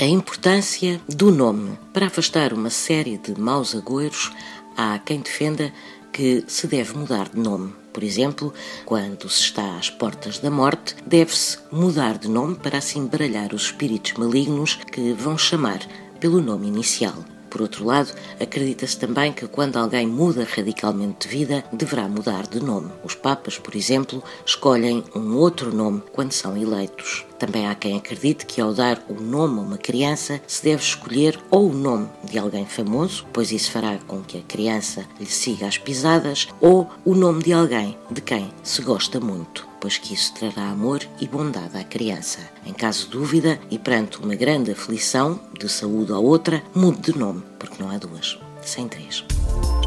A importância do nome. Para afastar uma série de maus agouros, há quem defenda que se deve mudar de nome. Por exemplo, quando se está às portas da morte, deve-se mudar de nome para assim baralhar os espíritos malignos que vão chamar pelo nome inicial. Por outro lado, acredita-se também que quando alguém muda radicalmente de vida, deverá mudar de nome. Os papas, por exemplo, escolhem um outro nome quando são eleitos. Também há quem acredite que ao dar o nome a uma criança, se deve escolher ou o nome de alguém famoso, pois isso fará com que a criança lhe siga as pisadas, ou o nome de alguém de quem se gosta muito, pois que isso trará amor e bondade à criança. Em caso de dúvida e perante uma grande aflição, de saúde ou outra, mude de nome, porque não há duas, sem três.